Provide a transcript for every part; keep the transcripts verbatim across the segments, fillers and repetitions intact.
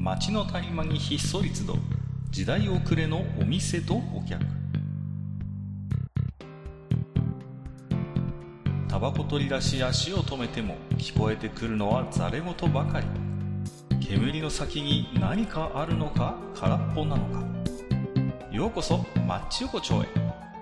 街の谷間にひっそり集う時代遅れのお店とお客。タバコ取り出し足を止めても聞こえてくるのはざれ言ばかり。煙の先に何かあるのか空っぽなのか。ようこそマッチ横丁へ。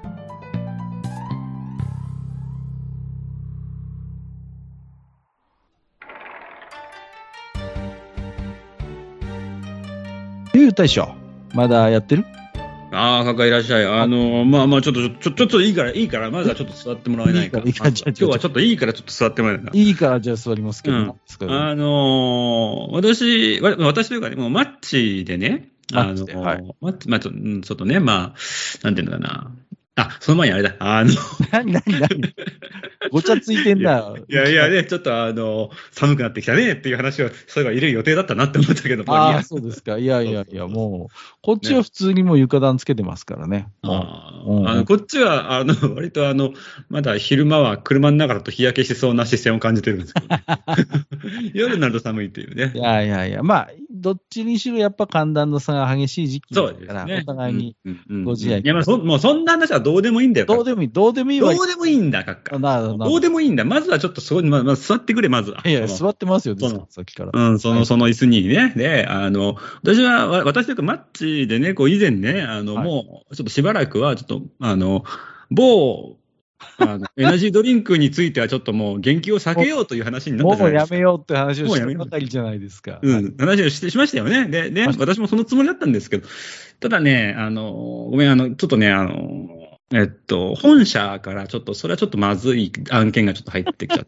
ゆう大将、まだやってる？ ああ、かかいらっしゃい。あのー、まあまあ、ちょっと、ちょ、ちょっといいから、いいから、まずはちょっと座ってもらえないか。 いいから、いいから、 今日はちょっといいから、ちょっと座ってもらえないか。 いいから、じゃあ座りますけど。うん、 あのー、私、私というかね、もうマッチでね、あのー、はい、マッチ、まあちょ、ちょっとね、まあ、なんていうのかな。あ、その前にあれだ、あの、 なになになにごちゃついてんだ。 いやいやね、ちょっとあの、寒くなってきたねっていう話を、そういえば入れる予定だったなって思ったけど、 ああ、そうですか。いやいやいや、もう、こっちは普通にもう床暖つけてますからね。 あうん、あのこっちは、あの、割とあの、まだ昼間は車の中だと日焼けしそうな視線を感じてるんですけど、夜になると寒いっていうね。 いやいやいや、まあ、どっちにしろやっぱ寒暖の差が激しい時期だから、ね、お互いにご自愛、うんうんうん。 いや、まあそ、もうそんな話はどうでもいいんだよ。 どうでもいい、どうでもいいわ。 どうでもいいんだ、かっか。どうでもいいんだ。まずはちょっとそこに、まあ、まあ、座ってくれ、まずは。 いや、座ってますよ、ですか、さっきから。 うん、その、はい、その椅子にね。で、あの、私は、私というか、マッチでね、こう、以前ね、あの、はい、もう、ちょっとしばらくは、ちょっと、あの、某、あのエナジードリンクについてはちょっともう言及を避けようという話になったじゃないですか。 もうやめようって話をしたばかりじゃないですか。 うん、話をしてしましたよね。で、で、私もそのつもりだったんですけど、ただね、あの、ごめん、あの、ちょっとね、あの、えっと、本社からちょっと、それはちょっとまずい案件がちょっと入ってきちゃった。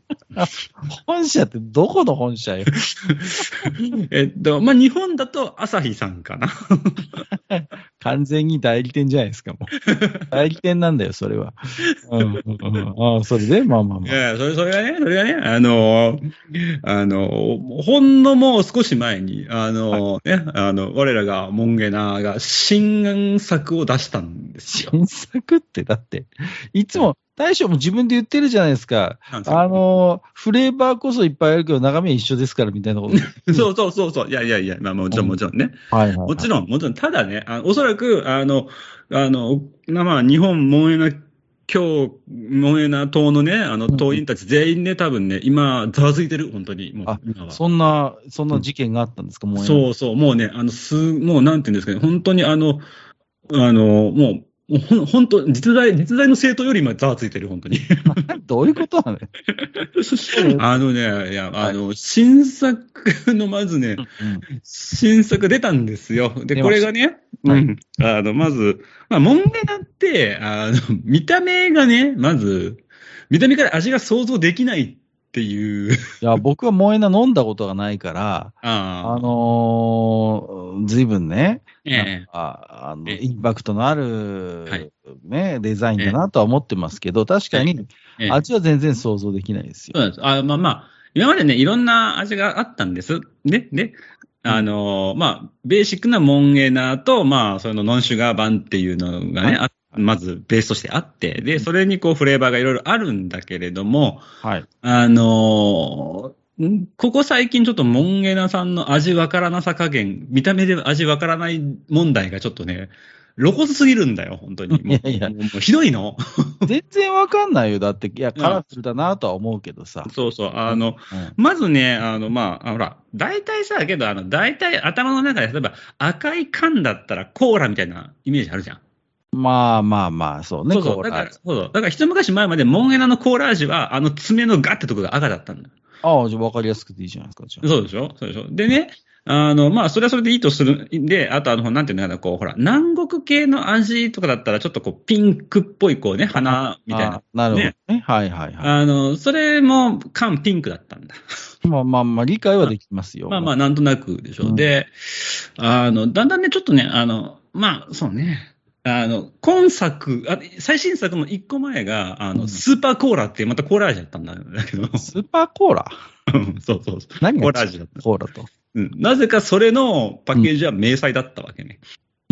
本社ってどこの本社よえっと、まあ、日本だと朝日さんかな。 完全に代理店じゃないですか、もう。代理店なんだよ、それは。うんうんうん、あそれで、まあまあまあ。 いや、それ、それがね、それがね、あの、あの、ほんのもう少し前に、あの、はい、ね、あの、我らがモンゲナーが新作を出したんですよ。 新作ってだって、いつも、大将も自分で言ってるじゃないですか。あの、フレーバーこそいっぱいあるけど、中身は一緒ですから、みたいなこと。 そうそうそうそう。いやいやいや、まあもちろんもちろんね。うん、はいはいはい、もちろん、もちろん。ただね、あおそらく、あの、あの、まあ、日本モンエナ、今日、モンエナ党のね、あの、党員たち全員ね、多分ね、今、ざわついてる、本当に。もうあ、今は。そんな、そんな事件があったんですか、 モンエナ。そうそう、もうね、あの、す、もうなんていうんですかね、本当にあの、あの、もう、もうほん、本当、実在、実在の政党より今、ざわついてる、本当に。 どういうことなのあのね、いや、あの、はい、新作の、まずね、うん、新作出たんですよ。で、これがね、はい、うん、あの、まず、まあ、モンゲナって、あの、見た目がね、まず、見た目から味が想像できないっていう。 いや、僕はモンエナ飲んだことがないから、あ、あのー、ずいぶんね、ええ、なんかあの、ええ、インパクトのある、はい、ね、デザインだなとは思ってますけど、ええ、確かに味は全然想像できないですよ。 そうなんです。あ、まあまあ、今までね、いろんな味があったんです。ね、で、あの、うん、まあ、ベーシックなモンエナと、まあ、そのノンシュガー版っていうのがね、はい、まずベースとしてあって、で、それにこうフレーバーがいろいろあるんだけれども、はい。あの、ここ最近ちょっとモンゲナさんの味わからなさ加減、見た目で味わからない問題がちょっとね、露骨すぎるんだよ、本当に。もういやいや、もうひどいの。 全然わかんないよ。だって、いや、カラフルだなとは思うけどさ。 そうそう。あの、うん、まずね、あの、まあ、ほら、大体さ、けど、あの、大体頭の中で、例えば赤い缶だったらコーラみたいなイメージあるじゃん。 まあまあまあ、そうね。 そうそう。だから、そうそう。だから一昔前までモンゲナのコーラ味は、あの爪のガッてとこが赤だったんだよ。 ああ、じゃあ分かりやすくていいじゃないですか、じゃあ。 そうでしょそうでしょでね、あの、まあ、それはそれでいいとする。で、あと、あの、なんていうのかな、こう、ほら、南国系の味とかだったら、ちょっとこう、ピンクっぽい、こうね、花みたいな。 なるほどね。ねはいはいはい。 あの、それも、缶ピンクだったんだ。 まあまあまあ、理解はできますよ。 まあまあ、なんとなくでしょ。うん、で、あの、だんだんね、ちょっとね、あの、まあ、そうね。あの、今作、あ最新作の一個前が、あの、うん、スーパーコーラって、またコーラ味だったんだけど。 スーパーコーラそうそうそう。 何がコーラ味だった。 コーラと。 うん。なぜかそれのパッケージは明細だったわけね。 い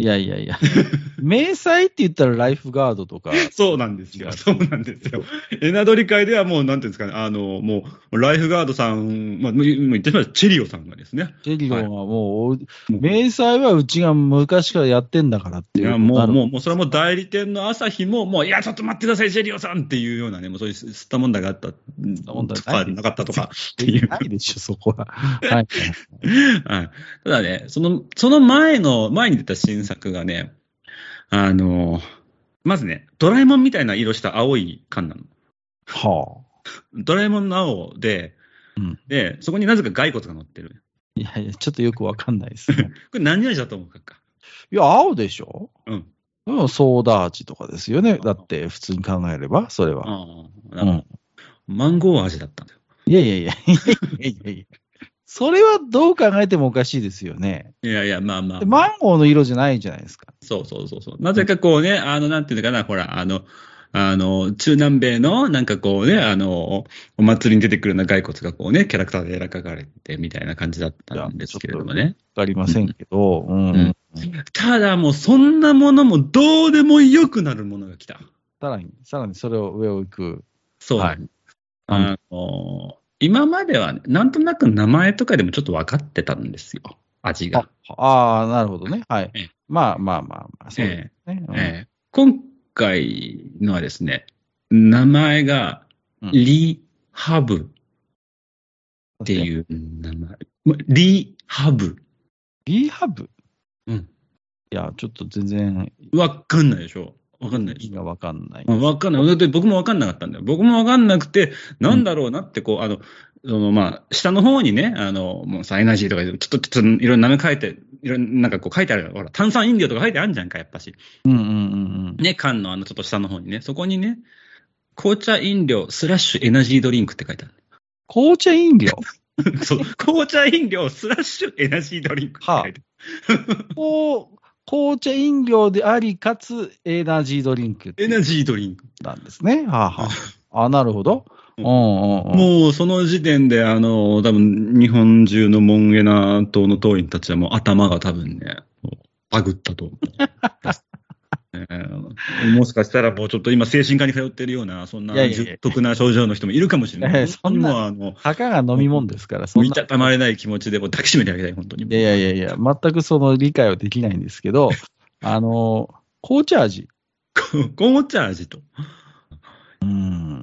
いやいやいや。明細って言ったらライフガードとか。 そうなんですよ。そうなんですよ。エナドリ会ではもう、なんていうんですかね、あの、もう、ライフガードさん、まあ、言ってしまえばチェリオさんがですね。 チェリオはもう、はい、明細はうちが昔からやってんだからっていう。 いや、もう、もう、もう、それはもう代理店の朝日も、もう、いや、ちょっと待ってください、チェリオさんっていうようなね、もうそういう吸ったもんだがあった。吸ったもんだがなかったとかっていう。 ないでしょ、そこは。はい。はい。 ただね、その、その前の、前に出た新作がね、あの、まずね、ドラえもんみたいな色した青い缶なの。 はあ。 ドラえもんの青で、うん、で、そこになぜか骸骨が乗ってる。 いやいや、ちょっとよくわかんないですね。これ何味だと思うかか。 いや、青でしょ？ うん。 うん、ソーダ味とかですよね。だって、普通に考えれば、それは。ああ、うん。マンゴー味だったんだよ。 いやいやいや、いやいやいや。それはどう考えてもおかしいですよね。 いやいや、まあまあ、まあ。 マンゴーの色じゃないじゃないですか。 そうそうそうそう。なぜかこうね、あの、なんていうのかな、ほら、あの、あの、中南米の、なんかこうね、あの、お祭りに出てくるような骸骨がこうね、キャラクターで描かれてみたいな感じだったんですけれどもね。 わかりませんけど、うんうんうん、 ただもうそんなものもどうでもよくなるものが来た。 さらに、さらにそれを上を行く。 そう。はい。あの、今までは、ね、なんとなく名前とかでもちょっと分かってたんですよ。味が。 ああ、なるほどね。はい。ええ、まあまあまあまあ、そうですね。ええええ、今回のはですね、名前が、リハブっていう名前。リハブ。 リハブ？ うん。 いや、ちょっと全然。 わかんないでしょ。わかんないでしょ。 わかんない。 わかんない。だって僕もわかんなかったんだよ。僕もわかんなくて、なんだろうなって、こう、あの、その、まあ、下の方にね、あの、もうさ、エナジーとか、ちょっと、ちょっと、いろんな名前書いて、いろんな、なんかこう書いてある。ほら、炭酸飲料とか書いてあるじゃんか、やっぱし。 うんうんうんうん。 ね、缶のあの、ちょっと下の方にね、そこにね、紅茶飲料、スラッシュエナジードリンクって書いてある。 紅茶飲料そう、紅茶飲料、スラッシュエナジードリンクって書いてある。 はあ、こう紅茶飲料であり、かつエナジードリンク。 エナジードリンク。 なんですね。はあはあ。あ、なるほど。 うんうんうん、もうその時点で、あの、多分日本中のモンゲナ党の党員たちはもう頭が多分ね、バグったと思う。えー、もしかしたらもうちょっと今精神科に通ってるような、そんな重篤な症状の人もいるかもしれない。いやいやそんな、あの、たかが飲み物ですから、そんな。 見たたまれない気持ちでも抱きしめてあげたい、本当に。 いやいやいや、全くその理解はできないんですけど、あの、紅茶味。 紅茶味と。 うん。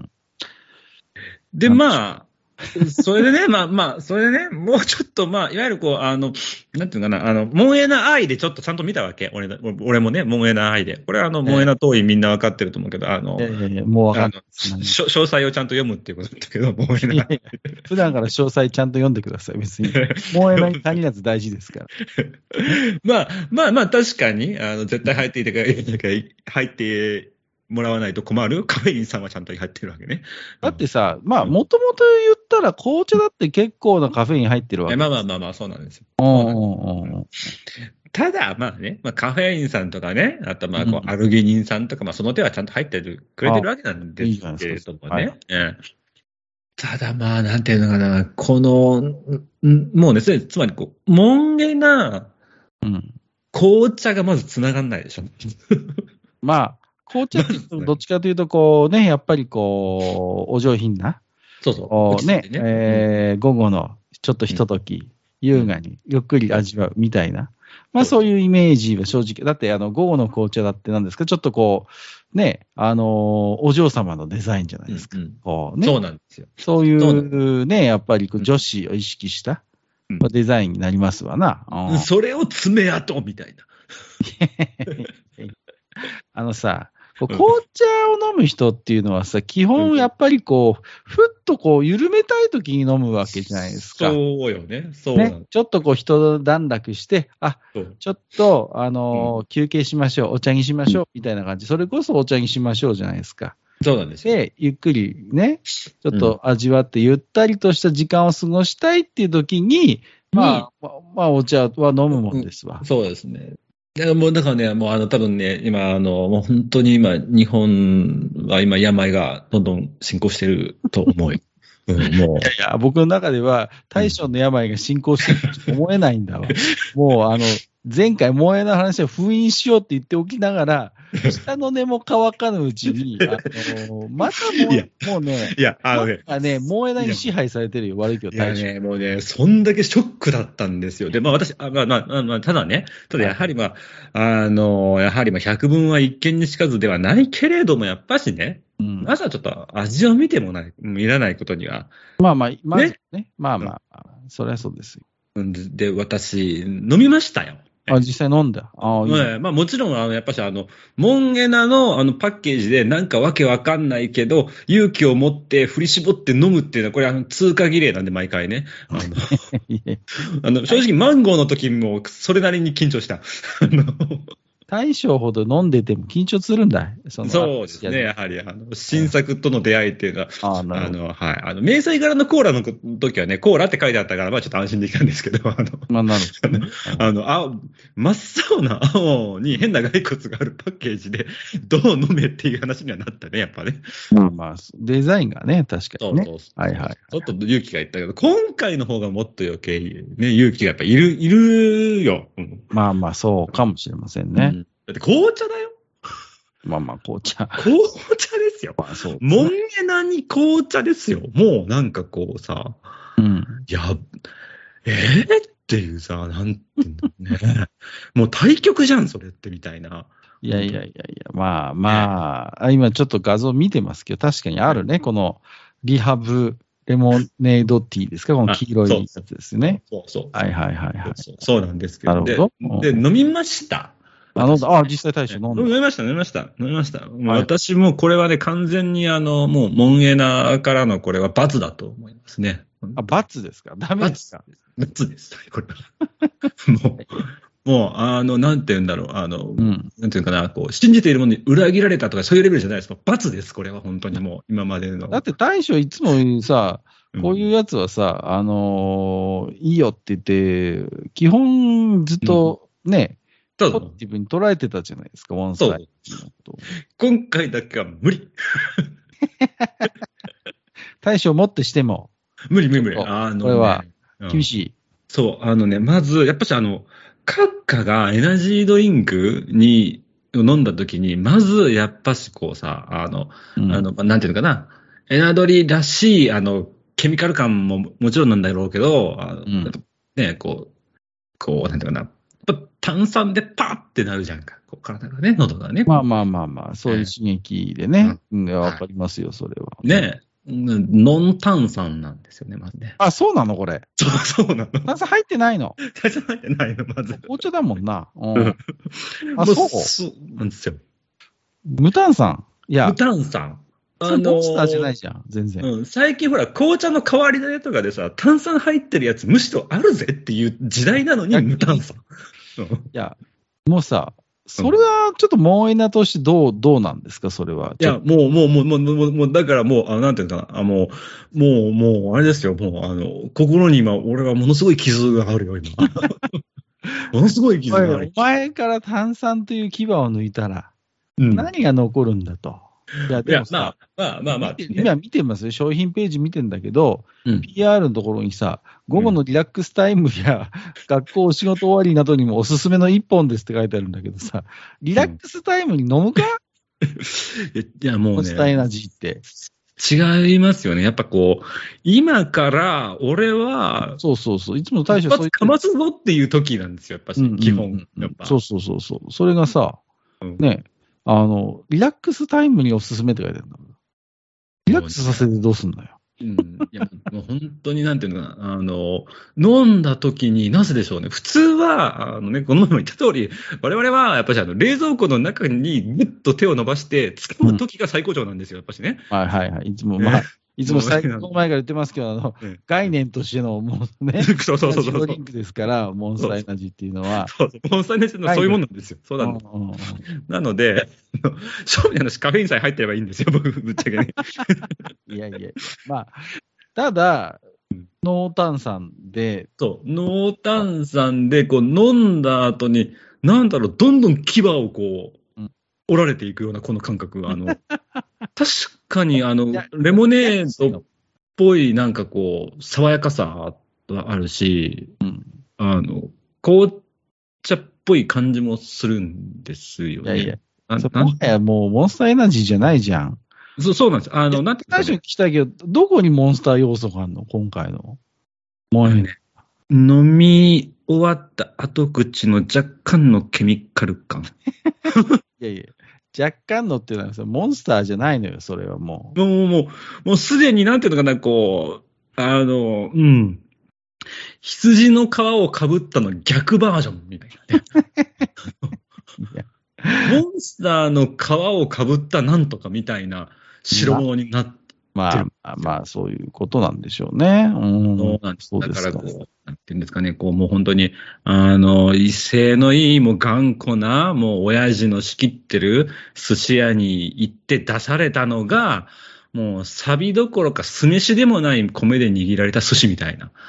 で、まあ、それでね、まあまあ、それでね、もうちょっと、まあ、いわゆるこう、あの、なんていうかな、あの、モンエナ愛でちょっとちゃんと見たわけ。俺、俺もね、モンエナ愛で。これはあの、モンエナ党員みんなわかってると思うけど、あの、 いやいやいや、もうわかんない、ね。 詳細をちゃんと読むっていうことだったけど、モンエナ愛。 普段から詳細ちゃんと読んでください、別に。モンエナに限らず大事ですから。 まあ、まあまあ、確かに、あの、絶対入っていて、入って、もらわないと困るカフェインさんはちゃんと入ってるわけね。 だってさ、まあ、もともと言ったら紅茶だって結構なカフェイン入ってるわけ。 まあまあまあまあ、そうなんですよ。 うんうん、 ただ、まあね、まあ、カフェインさんとかね、あとまあこう、うん、アルギニンさんとか、まあその手はちゃんと入ってる、くれてるわけなんですけれどもね。いいはい、ただまあ、なんていうのかな、この、もうね、つまりこう、モンゲな紅茶がまず繋がんないでしょ。 まあ、紅茶ってどっちかというと、こうね、やっぱりこう、お上品な。 そうそう。 ね、ねえー、午後のちょっとひととき、うん、優雅にゆっくり味わうみたいな。まあそういうイメージは正直。だってあの、午後の紅茶だって何ですか、ちょっとこう、ね、あのー、お嬢様のデザインじゃないですか。うんうん、こうね、 そうなんですよ。 そういうね、やっぱり女子を意識した、うん、デザインになりますわな。 うん、それを爪痕みたいな。 あのさ、紅茶を飲む人っていうのはさ、基本やっぱりこう、ふっとこう、緩めたい時に飲むわけじゃないですか。 そうよね。そうなの。 ね。ちょっとこう、一段落して、あ、ちょっと、あのーうん、休憩しましょう、お茶にしましょう、みたいな感じ。それこそお茶にしましょうじゃないですか。 そうなんですよ。 で、ゆっくりね、ちょっと味わってゆったりとした時間を過ごしたいっていう時に、うん、まあ、まあ、まあ、お茶は飲むもんですわ。 うん、そうですね。もうだからね、もうあの多分ね、今あの、もう本当に今、日本は今病がどんどん進行してると思い。うん、もういやいや、僕の中では大将の病が進行してると思えないんだわ。うん、もうあの、 前回、萌えの話を封印しようって言っておきながら、下の根も乾かぬうちに、あのー、またもう、もうね、 いや、あのね、 ね、萌えに支配されてるよ、悪いけど、 いやね、もうね、そんだけショックだったんですよ。で、まあ私、あまあまあ、まあ、ただね、ただやはりまあ、あの、やはりまあ、百聞は一見にしかずではないけれども、やっぱしね、うん、まずはちょっと味を見てもない、見らないことには。 まあまあ、まずね、ねまあまあ、うん、それはそうですよ。 で、私、飲みましたよ。 あ、実際飲んだ。ああ、いい、 ね。まあもちろん、あの、やっぱしあの、モンエナのあのパッケージでなんかわけわかんないけど、勇気を持って振り絞って飲むっていうのは、これあの、通過儀礼なんで毎回ね。あの、あの正直マンゴーの時もそれなりに緊張した。あの大将ほど飲んでても緊張するんだ。 そのそうですね。やはり、あの、新作との出会いっていうのは、あ, あの、はい。あの、迷彩柄のコーラの時はね、コーラって書いてあったから、まあちょっと安心できたんですけど、あの、 まあなるほど、 ね。あの、青、真っ青な青に変な骸骨があるパッケージで、どう飲めっていう話にはなったね、やっぱね。 まあまあ、デザインがね、確かにね。 そうそうそう。 はいはい。 ちょっと勇気がいったけど、今回の方がもっと余計、ね、勇気がやっぱいる、いるよ。うん、 まあまあ、そうかもしれませんね。うんだって紅茶だよ。 まあまあ、紅茶。 紅茶ですよ。まあそう、ね。モンエナに紅茶ですよ。もうなんかこうさ、 うん。 いや、えー、っていうさ、なんていうんだろうね。もう対局じゃん、それってみたいな。 いやいやいやいや、まあまあ、今ちょっと画像見てますけど、確かにあるね、このリハブレモネードティーですか、この黄色いやつですね。 そうそう。 はいはいはいはい。 そうそうなんですけど。 なるほど。 で、で飲みました。 あの、あ、実際大将飲んだ。 飲みました、飲みました、飲みました。はい、私もこれはね、完全にあの、もう、モンエナからのこれは罰だと思いますね。 あ、罰ですか？ダメですか？ 罰です。これは。もう、もう、あの、なんて言うんだろう、あの、うん、なんていうかな、こう、信じているものに裏切られたとか、そういうレベルじゃないです。罰です、これは、本当にもう、今までの。 だって大将いつもさ、こういうやつはさ、あのー、いいよって言って、基本ずっとね、ポジティブに捉えてたじゃないですか、ワンサイドのこと。 今回だけは無理。 大将もってしても。 無理無理無理。あの、ね、 これは厳しい、うん。 そう、あのね、まず、やっぱしあの、閣下がエナジードリンクに飲んだ時に、まずやっぱしこうさ、あの、うん、あの、なんていうのかな、エナドリらしい、あの、ケミカル感ももちろんなんだろうけど、あのうん、ね、こう、こう、なんていうかな、炭酸でパーってなるじゃんか。こう体がね、喉がね。 まあまあまあまあ、そういう刺激でね。わ、うん、かりますよ、それは。 ねえ。ノン炭酸なんですよね、まずね。 あ、そうなのこれ。 そう、そうなの。 炭酸入ってないの？ 炭酸入ってないの、まず。 紅茶だもんな。うん、あ、そう。 そうなんですよ。 無炭酸。いや。 無炭酸。 あのー、モンスターじゃないじゃん、全然。 うん。最近ほら、紅茶の代わりだよとかでさ、炭酸入ってるやつむしろあるぜっていう時代なのに無炭酸。 いや、もうさ、それはちょっとモンエナとしてどう、どうなんですか、それは。 いや、もう、もう、もう、もう、もう、もうだからもう、あの、なんていうかな、あもう、もう、もう、あれですよ、もう、あの、心に今、俺はものすごい傷があるよ、今。ものすごい傷がある。 お前から炭酸という牙を抜いたら、うん、何が残るんだと。いや、でもさ、 まあ、まあ、まあ、まあ、 ね、今見てますよ。商品ページ見てんだけど、うん、ピーアール のところにさ、午後のリラックスタイムや、うん、学校お仕事終わりなどにもおすすめの一本ですって書いてあるんだけどさ、リラックスタイムに飲むか、 うん、いや、もうね。モンスターエナジーって。 違いますよね。やっぱこう、今から俺は、 そうそうそう。いつも大将そういう。 一発かますぞっていう時なんですよ、やっぱし、うんうんうん、基本。やっぱそうそうそうそう。それがさ、うん、ね、あの、リラックスタイムにおすすめって書いてあるんだ。リラックスさせてどうすんだよ。 うん。いや、もう本当になんていうのかな、あの、飲んだ時に、なぜでしょうね。普通は、あのね、この前も言った通り、我々は、やっぱしあの、冷蔵庫の中にぐっと手を伸ばして、掴む時が最高潮なんですよ、やっぱしね。 はいはいはい。いつも、まあ、いつも最後の前から言ってますけど、あの、うん、概念としての、もうね、 そうそうそうそう。 ドリンクですから、モンスターエナジーっていうのは。 そうそう、モンスターエナジーのそういうもんなんですよ。そうなんです。うんうんうん、なので、正味のカフェインさえ入ってればいいんですよ、僕、ぶっちゃけね。 いやいや、まあ、ただ、ノー炭酸で。 そう、ノー炭酸で、こう、飲んだ後に、なんだろう、どんどん牙をこう、うん、折られていくような、この感覚が、あの、確かに、あの、レモネードっぽい、なんかこう、爽やかさはあるし、うん、あの、紅茶っぽい感じもするんですよね。 いやいや。そこはもうモンスターエナジーじゃないじゃん。 そう、そうなんです。あの、なんていうか、ね。 最初に聞きたいけど、どこにモンスター要素があるの今回の。もうね。 飲み終わった後口の若干のケミカル感。 いやいや。若干のっていうのはモンスターじゃないのよ、それはもう。もう、もう、もうすでになんていうのかな、こう、あの、うん。羊の皮をかぶったの逆バージョンみたいなね。いやモンスターの皮をかぶったなんとかみたいな代物になってる。 まあ、まあ、そういうことなんでしょうね。うん、 そうなんです。だからこう、なんていうんですかね、こう、もう本当に、あの、威勢のいい、もう頑固な、もう親父の仕切ってる寿司屋に行って出されたのが、もうサビどころか酢飯でもない米で握られた寿司みたいな。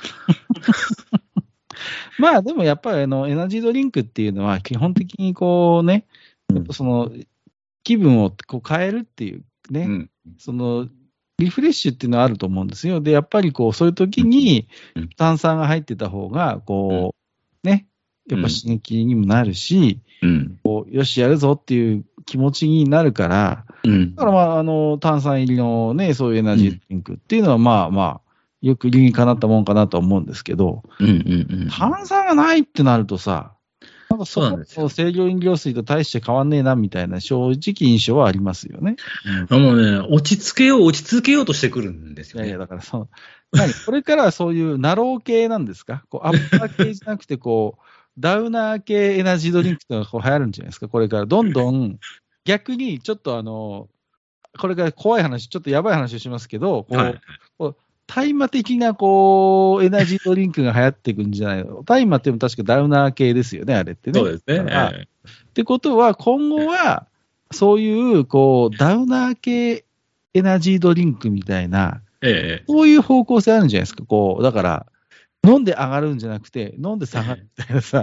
まあでもやっぱりあのエナジードリンクっていうのは基本的にこうね、やっぱその気分をこう変えるっていうね、うん、そのリフレッシュっていうのはあると思うんですよ。で、やっぱりこうそういう時に炭酸が入ってた方がこうね、やっぱ刺激にもなるし、うん、こうよしやるぞっていう気持ちになるから、うん、だからまああの炭酸入りのね、そういうエナジードリンクっていうのはまあまあ、よく理にかなったもんかなと思うんですけど、うんうんうん、炭酸がないってなるとさ、なんかそうなんですよ。清涼飲料水と大して変わんねえなみたいな正直印象はありますよね。 うん、もうね、落ち着けよう、落ち着けようとしてくるんですよね。 いやいや、だからその、何これからはそういうナロー系なんですかこうアッパー系じゃなくて、こう、ダウナー系エナジードリンクってのがこう流行るんじゃないですかこれからどんどん、逆にちょっとあの、これから怖い話、ちょっとやばい話をしますけど、こう、はいこう大麻的な、こう、エナジードリンクが流行っていくんじゃないの大麻っても確かダウナー系ですよね、あれってね。 そうですね。えー、 ってことは、今後は、そういう、こう、ダウナー系エナジードリンクみたいな、えー、そういう方向性あるんじゃないですか。こう、だから、飲んで上がるんじゃなくて、飲んで下がるみたいなさ。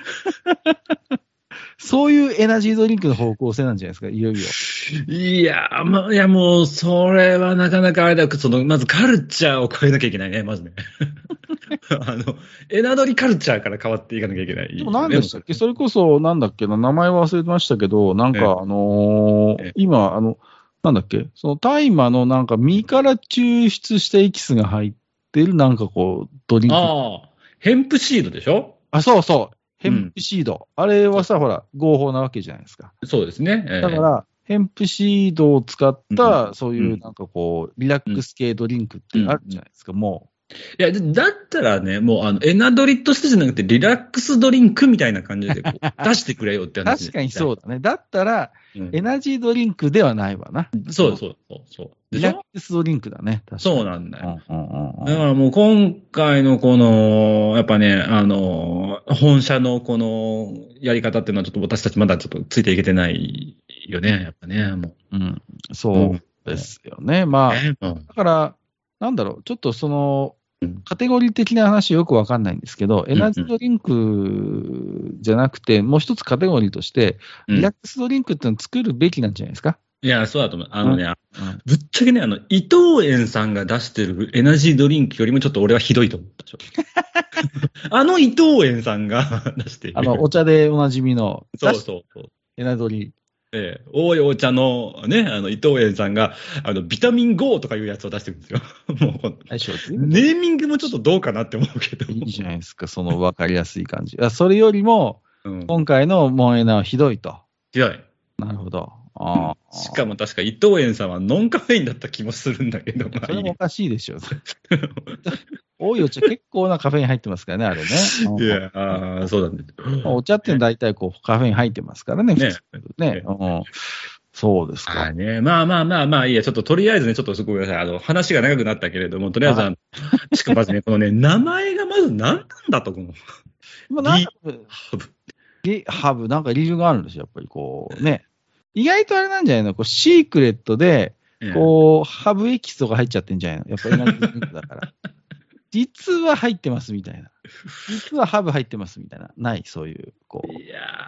そういうエナジードリンクの方向性なんじゃないですか、いよいよ。 いや、まあ、いやもう、それはなかなかあれだけど、その、まずカルチャーを超えなきゃいけないね、まずね。あの、エナドリカルチャーから変わっていかなきゃいけない、ね。 でも何でしたっけそれこそ、なんだっけな、名前忘れてましたけど、なんか、あのー、今、あの、なんだっけその大麻のなんか身から抽出したエキスが入ってる、なんかこう、ドリンク。 ああ、ヘンプシードでしょあ、そうそう。ヘンプシード。うん、あれはさ、ほら、合法なわけじゃないですか。 そうですね。 えー、だから、ヘンプシードを使った、うん、そういうなんかこう、リラックス系ドリンクってあるじゃないですか、うん、もう。 いや、だったらね、もう、あの、エナドリとしてじゃなくて、リラックスドリンクみたいな感じでこう出してくれよって話。 確かにそうだね。だったら、うん、エナジードリンクではないわな。 そうそうそうそう。 リラックスドリンクだね。確かにそうなんだよ。うんうんうん、だからもう今回のこの、やっぱね、あの、本社のこのやり方っていうのはちょっと私たちまだちょっとついていけてないよね、やっぱね。もううん、そうですよね。うん、まあ、えーうん、だから、なんだろう、ちょっとその、カテゴリー的な話よくわかんないんですけど、エナジードリンクじゃなくて、もう一つカテゴリーとして、リラックスドリンクっていうのを作るべきなんじゃないですか。 いや、そうだと思う。あのね、うん、ぶっちゃけね、あの、伊藤園さんが出してるエナジードリンクよりもちょっと俺はひどいと思ったでしょ。あの伊藤園さんが出してる。 あの、お茶でおなじみの。 そうそうそう。 エナドリ。 ええ、大いお茶のね、あの、伊藤園さんが、あの、ビタミン ゴー とかいうやつを出してるんですよ。もう、ネーミングもちょっとどうかなって思うけど。 いいじゃないですか、その分かりやすい感じ。それよりも、うん、今回のモンエナはひどいと。 ひどい。 なるほど。ああしかも確か伊藤園さんはノンカフェインだった気もするんだけど。 それもおかしいでしょ。多いお茶結構なカフェイン入ってますからね、あれね。 いや、ああ、そうなんです。 お茶って大体こうカフェイン入ってますからね、普通ね。ねうん、そうですか。 あね。まあまあまあまあ、いいや、ちょっととりあえずね、ちょっとすごいごめんなさい。あの、話が長くなったけれども、とりあえず、しかもまずね、このね、名前がまず何なんだと思う。 まあ、なんか、ハブ。リハブ、なんか理由があるんですよ、やっぱりこうね。意外とあれなんじゃないのこうシークレットで、こう、ハブエキスとか入っちゃってんじゃないのやっぱりエナジードリンクだから。実は入ってますみたいな。実はハブ入ってますみたいな。ない、そういう、こう。 いや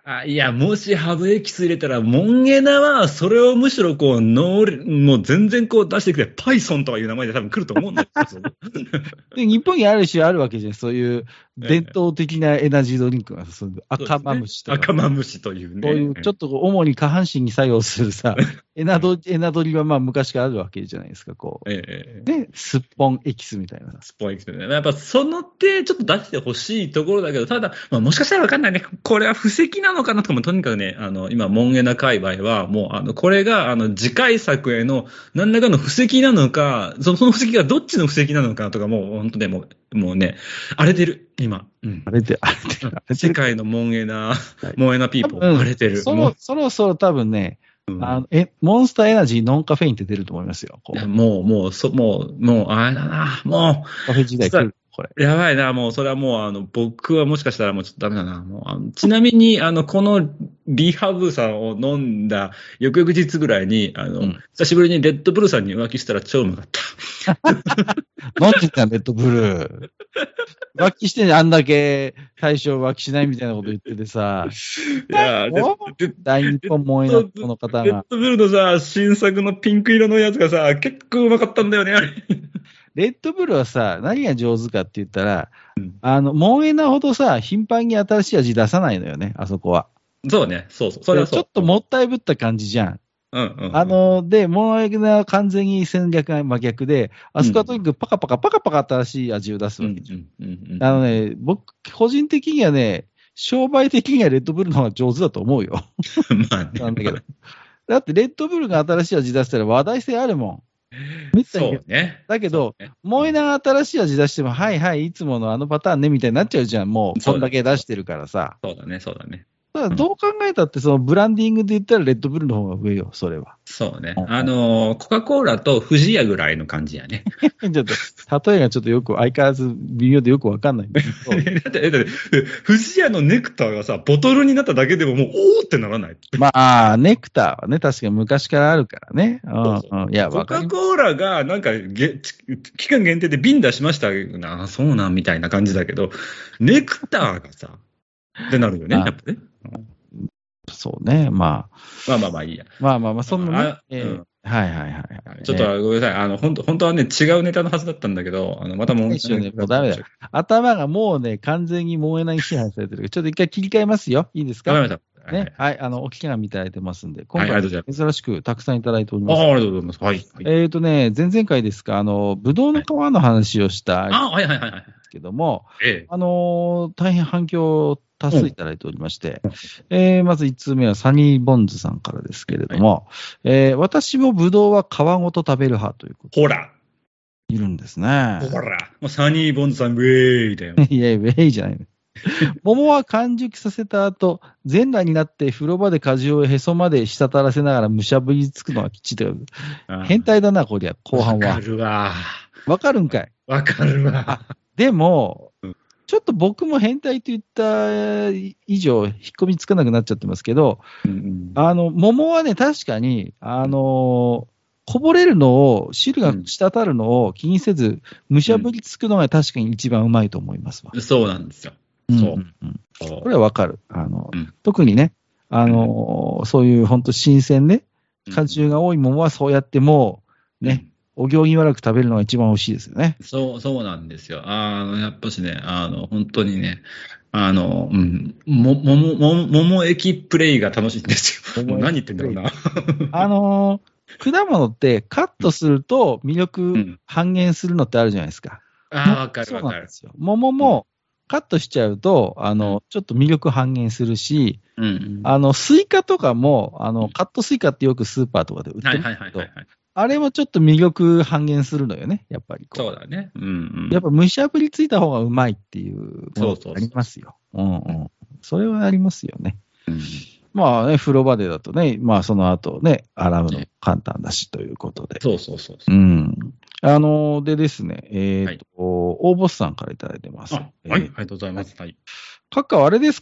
あ、いや、もしハーブエキス入れたら、モンエナは、それをむしろこう、ノーもう全然こう出してきて、パイソンとかいう名前で多分来ると思うんだけど。 で日本にある種あるわけじゃん。そういう伝統的なエナジードリンクが、そう赤マムシとか、 ね。赤マムシというね。 こういうちょっと主に下半身に作用するさ、エナド、エナドリはまあ昔からあるわけじゃないですか、こう。ええ、で、スッポンエキスみたいな。 スッポンエキスみたいな。やっぱその手ちょっと出してほしいところだけど、ただ、まあ、もしかしたらわかんないね。これは布石なのかなとかも、とにかくね、あの、今、モンエナ界隈は、もう、あの、これが、あの、次回作への何らかの布石なのか、その、その布石がどっちの布石なのかとか、もう、本当ね、もう、もうね、荒れてる、今。 うん、荒れてる、荒れてる。 世界のモンエナ、モンエナピーポー、荒れてる。 そろ、そろそろ多分ね、うん、あのえ、モンスターエナジーノンカフェインって出ると思いますよ。こういやもう、もう、そ、もう、もう、あれだな、もう。 カフェ時代来る。これ。 やばいな、もう、それはもう、あの、僕はもしかしたらもうちょっとダメだな。もうあのちなみに、あの、このリハブさんを飲んだ翌々日ぐらいに、あの、うん、久しぶりにレッドブルさんに浮気したら超うまかった。 飲んでたレッドブル。浮気してあんだけ対象浮気しないみたいなこと言っててさ。いやー、大日本もえな、この方が。 レッドブルのさ、新作のピンク色のやつがさ、結構うまかったんだよね、あれ。 レッドブルはさ、何が上手かって言ったら、うん、あの、モンエナほどさ、頻繁に新しい味出さないのよね、あそこは。 そうね、そうそう。それはそう。 ちょっともったいぶった感じじゃん。 うんうんうん、 あの、で、モンエナは完全に戦略が真逆で、あそこはとにかくパカパカパカパカ新しい味を出すわけじゃん。あのね、僕、個人的にはね、商売的にはレッドブルの方が上手だと思うよ。まあね。なんだけど。だって、レッドブルが新しい味出したら話題性あるもん。 そうね。 だけど、ね、モエナが新しい味出しても、はいはい、いつものあのパターンね、みたいになっちゃうじゃん。もう、こんだけ出してるからさ。 そうだね、そうだね。 ただ、どう考えたって、そのブランディングで言ったら、レッドブルの方が上よ、それは。 そうね。あのー、コカ・コーラと富士屋ぐらいの感じやね。 ちょっと、例えがちょっとよく、相変わらず微妙でよくわかんないんだけど。 だって、だって、富士屋のネクターがさ、ボトルになっただけでももう、おーってならない。 まあ、ネクターはね、確かに昔からあるからね。うんそうそう、いや、コカ・コーラが、なんかげ、期間限定で瓶出しましたな、そうなんみたいな感じだけど、ネクターがさ、ってなるよね、やっぱね。うんそうね、まあ。 まあまあまあいいや。 まあまあまあ、そんなね。えーうん、はいはいはい、はい。 ちょっとごめんなさい。あの、本当本当はね、違うネタのはずだったんだけど、あの、またもう。 ね、もうダメだよ。頭がもうね、完全に燃えない支配されてるから、ちょっと一回切り替えますよ。いいですか？ わかりました。 ね。はい。あの、お聞きがいただいてますんで、今回、 は珍しくたくさんいただいております。 ああ、ありがとうございます。はい。 えっとね、前々回ですか、あの、ぶどうの皮の話をした。 ああ、はいはいはいはい。 ですけども、 ええ、 あの、大変反響多数いただいておりまして、うん、えー、まずいちつうめはサニーボンズさんからですけれども、はい、えー、私もブドウは皮ごと食べる派ということ。 ほらいるんですね。 ほらもうサニーボンズさん、ウェイだよ。 いや、ウェイじゃない。桃は完熟させた後、全裸になって風呂場で果汁をへそまで滴らせながらむしゃぶりつくのが吉という。変態だな、こりゃ、後半は。 わかるわ。 わかるんかい。 わかるわ。 でも、うん、ちょっと僕も変態と言った以上、引っ込みつかなくなっちゃってますけど、うんうん、あの、桃はね、確かに、あのー、こぼれるのを、汁が滴るのを気にせず、むしゃぶりつくのが確かに一番うまいと思いますわ。 うん、そうなんですよ。 そう。 うんうん、これはわかる。あの、うん、特にね、あのー、そういう本当新鮮で、果汁が多い桃はそうやってもう、ね、うんお行儀悪く食べるのが一番美味しいですよね。 そう、そうなんですよ。あの、やっぱしね、あの、本当にね、あの、うん、も、もも、も、桃液プレイが楽しいんですよ。もう何言ってんだろうな。 あのー、果物ってカットすると魅力半減するのってあるじゃないですか。 うん、ああ、わかるわかる。 桃もカットしちゃうと、あの、うん、ちょっと魅力半減するし、うんうん、あの、スイカとかも、あの、カットスイカってよくスーパーとかで売ってるんですけど、あれもちょっと魅力半減するのよね、やっぱりこう。 そうだね。うんうん、 やっぱむしゃぶりついた方がうまいっていうのがありますよ。そうそうそう。うんうん。それはありますよね。うん、まあね、風呂場でだとね、まあその後ね、洗うの簡単だしということで。 そうそうそうそう。うん。あの、でですね、えっ、ー、と、はい、大ボスさんからいただいてます。 あ、はい、えー、ありがとうございます。はい。 閣下はあれですか？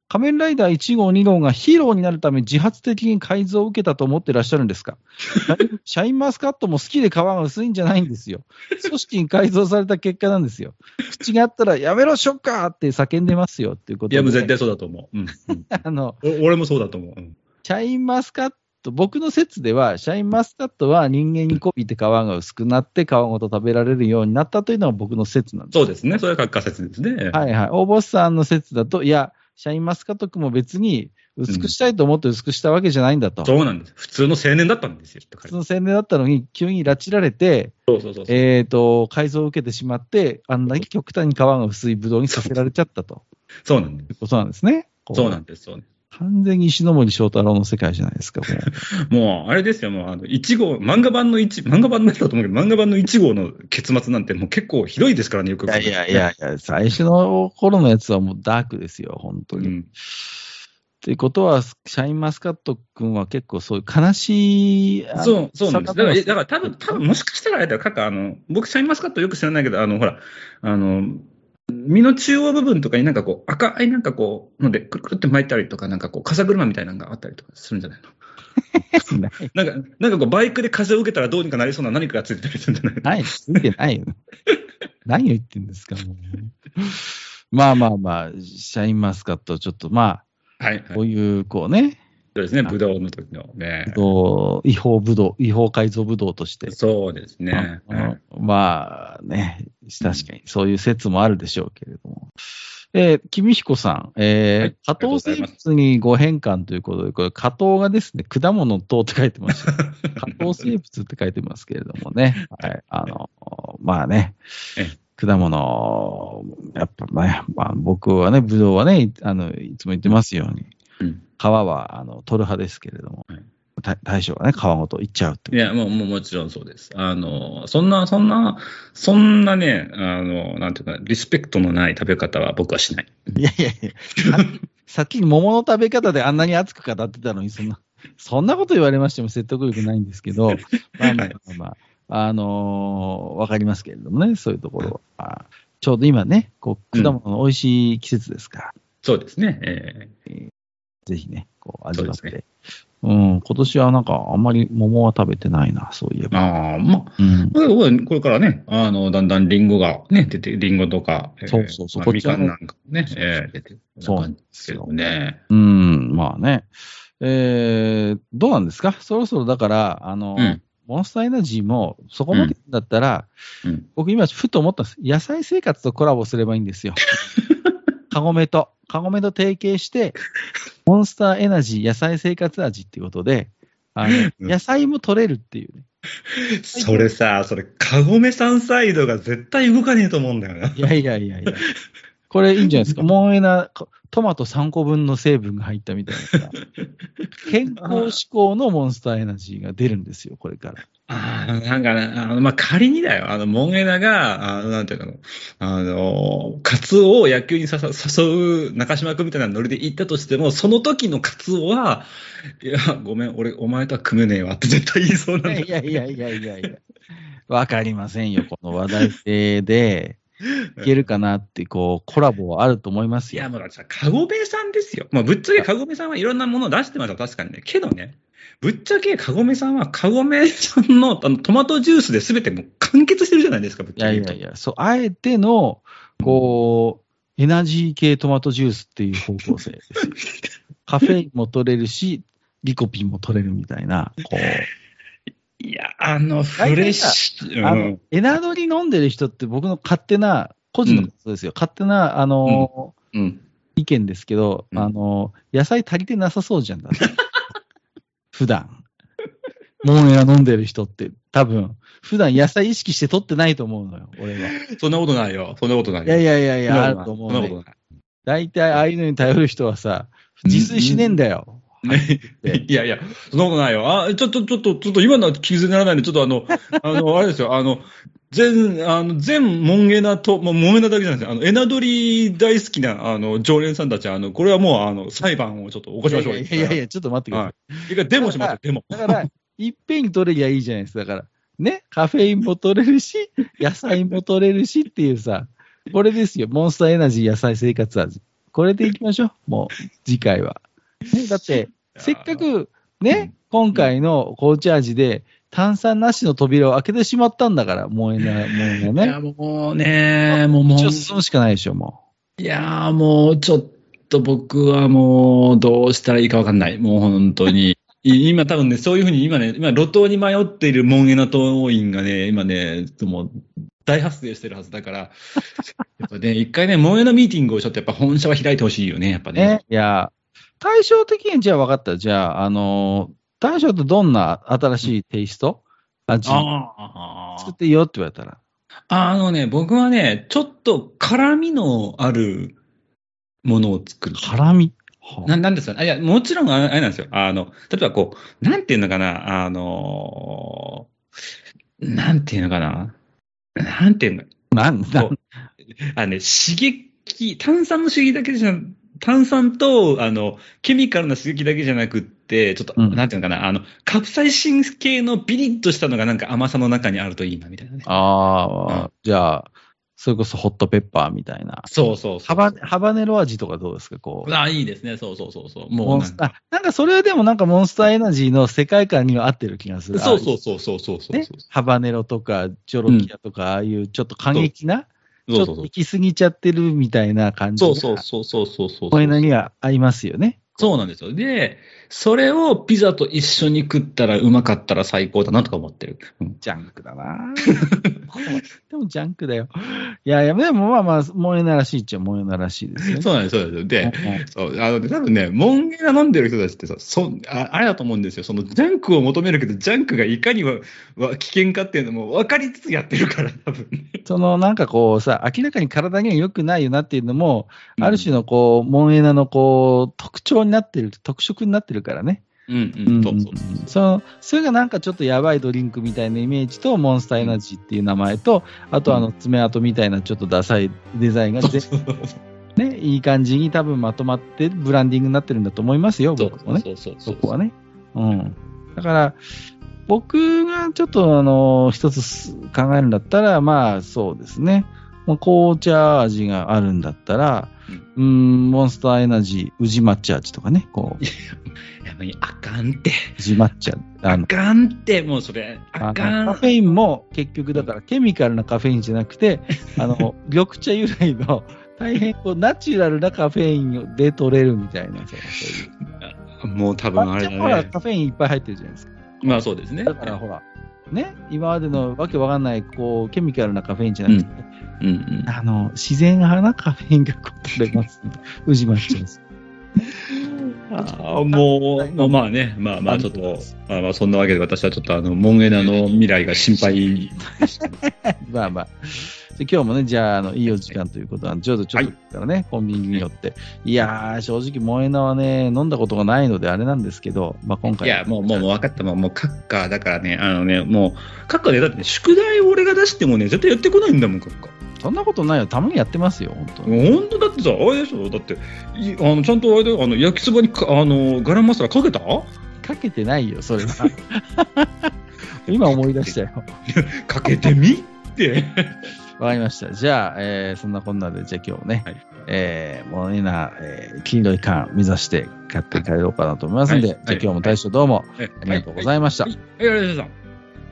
仮面ライダーいち号、に号がヒーローになるため自発的に改造を受けたと思ってらっしゃるんですか？シャインマスカットも好きで皮が薄いんじゃないんですよ。組織に改造された結果なんですよ。口があったらやめろショッカーって叫んでますよっていうことで。 いや、もう絶対そうだと思う。うんうん、あの俺もそうだと思う。うん、 シャインマスカット、僕の説では、シャインマスカットは人間にこびて皮が薄くなって皮ごと食べられるようになったというのが僕の説なんです。 そうですね。それが仮説ですね。 はいはい。大ボスさんの説だと、いや、シャインマスカット君も別に薄くしたいと思って薄くしたわけじゃないんだと。 うん、そうなんです。普通の青年だったんですよ。 普通の青年だったのに、急に拉致られて、 そうそうそうそうえっ、ー、と、改造を受けてしまって、あんなに極端に皮が薄いブドウにさせられちゃったと。 そうなんです。 いうことなんですね。 そうなんです。そうね。 完全に石森章太郎の世界じゃないですか、もう。もう、あれですよ、もう、あの、いち号、漫画版のいち、漫画版のやつだと思うけど、漫画版のいち号の結末なんてもう結構ひどいですからね、よく。 いやいやいやいや、最初の頃のやつはもうダークですよ、本当に。うん、ということは、シャインマスカット君は結構そういう悲しい。 そう、そうなんです。だから、だから多分、多分もしかしたらあれだよ、かか、あの、僕、シャインマスカットよく知らないけど、あの、ほら、あの、身の中央部分とかになんかこう、赤いなんかこう、ので、くるくるって巻いたりとか、なんかこう、風車みたいなのがあったりとかするんじゃないのなんか、なんかこう、バイクで風を受けたらどうにかなりそうな何かがついてたりするんじゃないのない、ついてないよ。何を言ってんですか、もう。まあまあまあ、シャインマスカット、ちょっとまあ、はいはい、こういう、こうね。 そうですね、ブドウの時のね。 ブドウ、違法ブドウ、違法改造ブドウとして。 そうですね。 まあ、まあね、確かにそういう説もあるでしょうけれども。うん、えー、君彦さん、えーはい、加藤生物にご変換ということで、これ、加藤がですね、果物糖って書いてました。加藤生物って書いてますけれどもね。はい。あの、まあね。果物、やっぱね、まあ僕はね、ブドウはね、あの、いつも言ってますように。うん、皮は、あの、取る派ですけれども、はい、大将はね、皮ごといっちゃうって。 いや、もう、もうもちろんそうです。あの、そんな、そんな、そんなね、あの、なんていうか、リスペクトのない食べ方は僕はしない。 いやいやいや、さっき桃の食べ方であんなに熱く語ってたのに、そんな、そんなこと言われましても説得力ないんですけど、まあまあまあまあ、あのー、わかりますけれどもね、そういうところは。ちょうど今ね、こう、果物の美味しい季節ですから。うん、 そうですね。えーぜひね、こう味わって。うね、うん、今年はなんかあんまり桃は食べてないな、そういえば。 ああ、まあ、うん、これからね、あの、だんだんリンゴがね、出て、リンゴとか、 そうそうそう、 まあ、みかんなんかね、えー、出てる。そうなんですよね。 うん、まあね。えー、どうなんですか？そろそろだから、あの、うん、モンスターエナジーもそこまでだったら、うんうん、僕今ふと思ったんです。野菜生活とコラボすればいいんですよ。カゴメと。カゴメと提携して、モンスターエナジー野菜生活味っていうことで、あの、野菜も取れるっていうね。 それさ、それ、カゴメさんサイドが絶対動かねえと思うんだよな。 いやいやいやいや。これいいんじゃないですか。モンエナ、トマトさんこぶんの成分が入ったみたいなさ。健康志向のモンスターエナジーが出るんですよ、これから。 ああ、なんかね、あの、まあ、仮にだよ、あの、モンエナが、あの、なんていうの、あの、カツオを野球にささ誘う中島君みたいなノリで行ったとしても、その時のカツオは、いや、ごめん、俺、お前とは組めねえわって絶対言いそうなんだ。 いやいやいやいやいや。わかりませんよ、この話題性で。いけるかなって、こう、コラボはあると思いますよ。 いや、もうさ、カゴメさんですよ。まあ、ぶっちゃけカゴメさんはいろんなものを出してますよ、確かにね。けどね、ぶっちゃけカゴメさんはカゴメさんのあのトマトジュースで全てもう完結してるじゃないですか、ぶっちゃけ。 いやいやいや、そう、あえての、こう、エナジー系トマトジュースっていう方向性ですよ。カフェインも取れるし、リコピンも取れるみたいな、こう。 いや、あの、フレッシュ。うん、 あの、エナドリ飲んでる人って僕の勝手な、個人のことですよ。うん、勝手な、あの、うんうん、意見ですけど、うん、あの、野菜足りてなさそうじゃんだって。普段。モンエナ飲んでる人って、多分、普段野菜意識して取ってないと思うのよ、俺は。 そんなことないよ。そんなことないよ。 いやいやいやいや、あると思う、ね。そんなことない。大体、ああいうのに頼る人はさ、自炊しねえんだよ。 いやいや、そんなことないよ。あ、ちょっと、ちょっと、ちょっと今のは傷にならないんで、ちょっとあの、あの、あれですよ、あの、全、あの、全モンエナと、もうモンエナだけじゃないですよ。あの、エナドリ大好きな、あの、常連さんたち、あの、これはもう、あの、裁判をちょっと起こしましょう。 いやいやいや、ちょっと待ってください。 はい。いや、デモしますよ、デモ。 だから、いっぺんに取れりゃいいじゃないですか。だから、ね、カフェインも取れるし、野菜も取れるしっていうさ、これですよ、モンスターエナジー野菜生活味。 これでいきましょう。もう、次回は。ね、だって、せっかく、ね、今回の紅茶味で、炭酸なしの扉を開けてしまったんだから、もうえな、もうえなね。 いや、もうね、もう、 もう。ちょっと進むしかないでしょ、もう。いや、もう、ちょっと僕はもう、どうしたらいいかわかんない。もう本当に。今多分ね、そういうふうに今ね、今路頭に迷っている門下の党員がね、今ね、もう大発生してるはずだから、やっぱね、一回ね、門下のミーティングをちょっとやっぱ本社は開いてほしいよね、やっぱね。 ね、いや、対照的にじゃあ分かった。じゃあ、あの、対象ってどんな新しいテイスト、うん、味作っていいよって言われたら。 あのね、僕はね、ちょっと辛みのあるものを作る。 辛みな、なんですかね。いや、もちろんあれなんですよ。あの、例えばこう、なんていうのかな、あの、なんていうのかな。なんていうの。 なんだあのね、刺激、炭酸の刺激だけじゃ、炭酸と、あの、ケミカルな刺激だけじゃなくって、ちょっと、うん、なんていうのかな、あの、カプサイシン系のビリッとしたのがなんか甘さの中にあるといいな、みたいなね。 ああ、うん、じゃあ、それこそホットペッパーみたいな。 そうそうそう。 ハバ、ハバネロ味とかどうですか、こう。 ああ、いいですね。そうそうそうそう。もうなんか。 なんかそれでもなんかモンスターエナジーの世界観には合ってる気がする。 そうそうそうそうそうそう、 ね。ハバネロとか、ジョロキアとか、ああいうちょっと過激な、ちょっと行き過ぎちゃってるみたいな感じが。 そうそうそうそうそう。 こういうのには合いますよね。 そうなんですよ。で、それをピザと一緒に食ったらうまかったら最高だなとか思ってる。 うん、ジャンクだなでもジャンクだよ。いやいや、でもまあまあ、モンエナらしいっちゃモンエナらしいですね。 そうなんです、そうなんです。で、そう、あの、多分ね、モンエナ飲んでる人たちってさ、そあ、あれだと思うんですよ。そのジャンクを求めるけど、ジャンクがいかにはは危険かっていうのも分かりつつやってるから、多分、ね。 そのなんかこうさ、明らかに体には良くないよなっていうのも、うん、ある種のこう、モンエナのこう、特徴になってる、特色になってるからね。 うんうん、そうそうそのそれがなんかちょっとやばいドリンクみたいなイメージと、モンスターエナジーっていう名前と、あとあの爪痕みたいなちょっとダサいデザインが全部、ね、いい感じに多分まとまってブランディングになってるんだと思いますよ、僕もね。 そうそうそうそう。 そこはね。うん。だから、僕がちょっとあの、一つ考えるんだったら、まあそうですね。紅茶味があるんだったら、うん、うんモンスターエナジー、宇治抹茶味とかね、こう。 やっぱりあかんって。 宇治抹茶。 あかんって、もうそれ、あかん。 カフェインも結局だからケミカルなカフェインじゃなくて、あの、緑茶由来の大変こうナチュラルなカフェインで取れるみたいな、そういう。もう多分あれだね。 抹茶ほらカフェインいっぱい入ってるじゃないですか。 まあそうですね。 だからほら、ね、今までのわけわかんない、こう、ケミカルなカフェインじゃなくて、 うんうんうん、 あの、自然派なカフェインがこう取れます。宇治抹茶です。 あもう、まあね、まあまあちょっと、まあまあそんなわけで私はちょっとあの、モンエナの未来が心配でした。 まあまあ。で今日もね、じゃあ、あの、いいお時間ということなんで、ちょうどちょっとからね、はい、コンビニによって。いやー、正直、モエナはね、飲んだことがないのであれなんですけど、まあ今回。 いや、もう、もう、もう分かった。もう、もう、カッカーだからね、あのね、もう、カッカーで、だって、ね、宿題を俺が出してもね、絶対やってこないんだもん、カッカー。 そんなことないよ。たまにやってますよ、本当に。 本当だってさ、あれでしょだって、いあの、ちゃんとあれで、あの、焼きそばにか、あの、ガラムマサラかけたかけてないよ、それは。今思い出したよ。 かけてみって。 わかりました。じゃあ、えー、そんなこんなで、じゃあ今日ね、はい、えー、もういいな、えー、黄色い缶目指して買って帰ろうかなと思いますんで、はい、じゃあ今日も大将どうも、はい、ありがとうございました。 はい、はい、はい、ありがとうございました。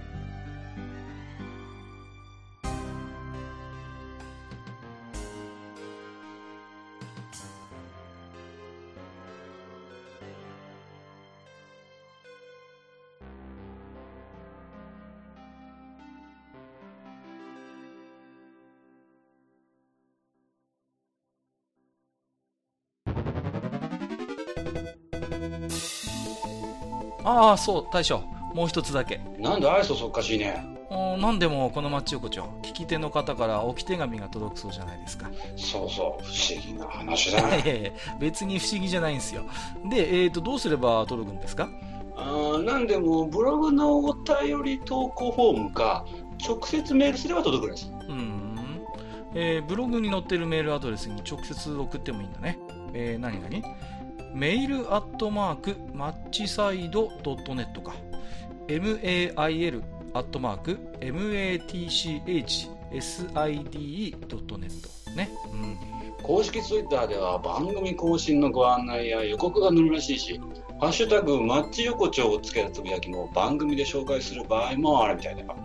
ああ、そう、大将。もう一つだけ。 なんで愛想そっかしいね。 なんでもこの町横丁、聞き手の方から置き手紙が届くそうじゃないですか。 そうそう、不思議な話だね。 いやいや別に不思議じゃないんですよ。で、えーと、どうすれば届くんですか？ あなんでも、ブログのお便り投稿フォームか、直接メールすれば届くらしい。 うん、えー、ブログに載ってるメールアドレスに直接送ってもいいんだね。えー、何々メイルアットマークマッチサイドドットネットか メイル アットマーク マッチエスアイディードットネット ね、うん、 公式ツイッターでは番組更新のご案内や予告が載るらしいし、ハッシュタグマッチ横丁をつけたつぶやきも番組で紹介する場合もあるみたいだよ。 うん、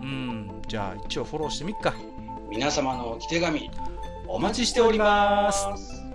じゃあ一応フォローしてみっか。 皆様のお手紙お待ちしております。